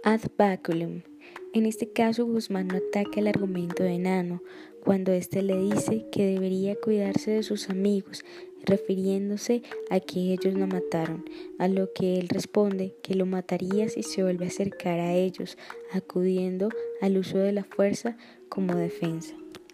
Ad baculum. En este caso, Guzmán no ataca el argumento de Nano cuando éste le dice que debería cuidarse de sus amigos, refiriéndose a que ellos lo mataron, a lo que él responde que lo mataría si se vuelve a acercar a ellos, acudiendo al uso de la fuerza como defensa.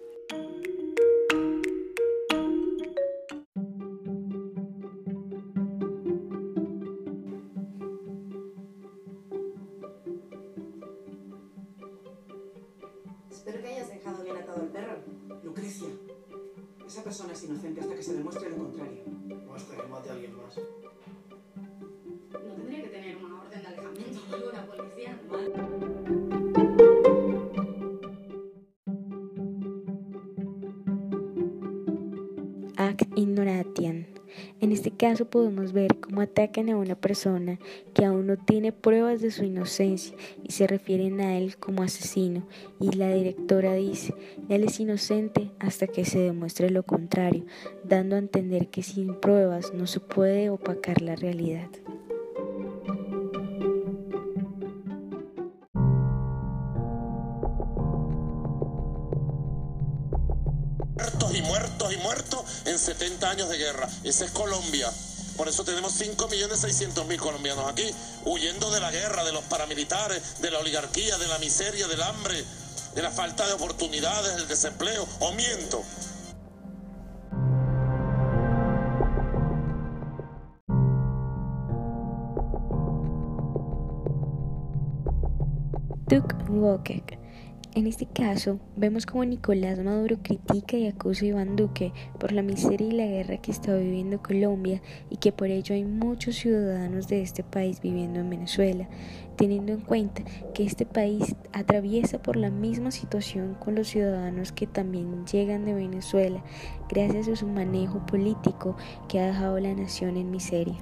Espero que hayas dejado bien atado al perro. Lucrecia, esa persona es inocente hasta que se demuestre lo contrario. O hasta que mate a alguien más. No tendría que tener una orden de alejamiento o algo la policía. Ac ignoratiam. En este caso podemos ver cómo atacan a una persona que aún no tiene pruebas de su inocencia y se refieren a él como asesino, y la directora dice, él es inocente hasta que se demuestre lo contrario, dando a entender que sin pruebas no se puede opacar la realidad. Muertos en 70 años de guerra. Esa es Colombia. Por eso tenemos 5.600.000 colombianos aquí, huyendo de la guerra, de los paramilitares, de la oligarquía, de la miseria, del hambre, de la falta de oportunidades, del desempleo. ¿O miento? Tuk Wokek. En este caso, vemos cómo Nicolás Maduro critica y acusa a Iván Duque por la miseria y la guerra que está viviendo Colombia y que por ello hay muchos ciudadanos de este país viviendo en Venezuela, teniendo en cuenta que este país atraviesa por la misma situación con los ciudadanos que también llegan de Venezuela gracias a su manejo político que ha dejado a la nación en miseria.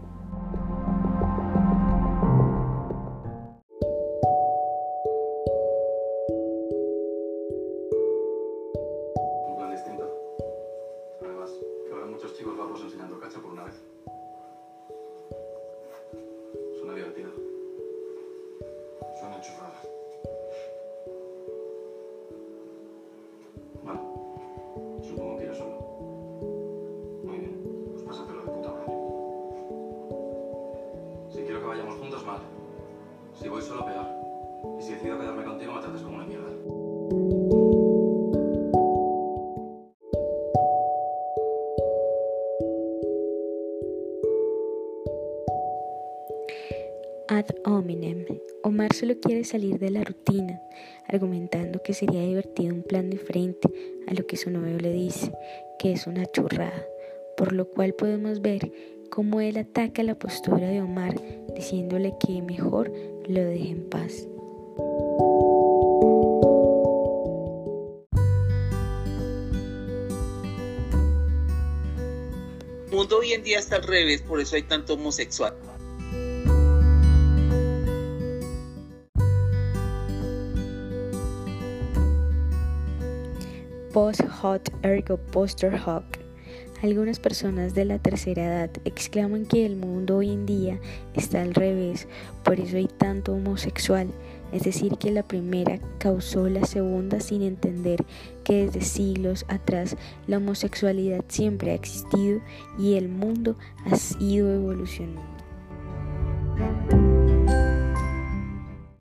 Muchos chicos guapos enseñando cacha por una vez. Suena divertido. Suena churrada. Vale. Supongo que iré solo. Muy bien. Pues pásatelo de puta madre. Si quiero que vayamos juntos, mal. Si voy solo, peor. Y si decido quedarme contigo, me trates como una mierda. Ad hominem. Omar solo quiere salir de la rutina, argumentando que sería divertido un plan diferente a lo que su novio le dice, que es una churrada, por lo cual podemos ver cómo él ataca la postura de Omar, diciéndole que mejor lo deje en paz. El mundo hoy en día está al revés, por eso hay tanto homosexual. Post hoc ergo poster hoc. Algunas personas de la tercera edad exclaman que el mundo hoy en día está al revés, por eso hay tanto homosexual, es decir, que la primera causó la segunda sin entender que desde siglos atrás la homosexualidad siempre ha existido y el mundo ha ido evolucionando.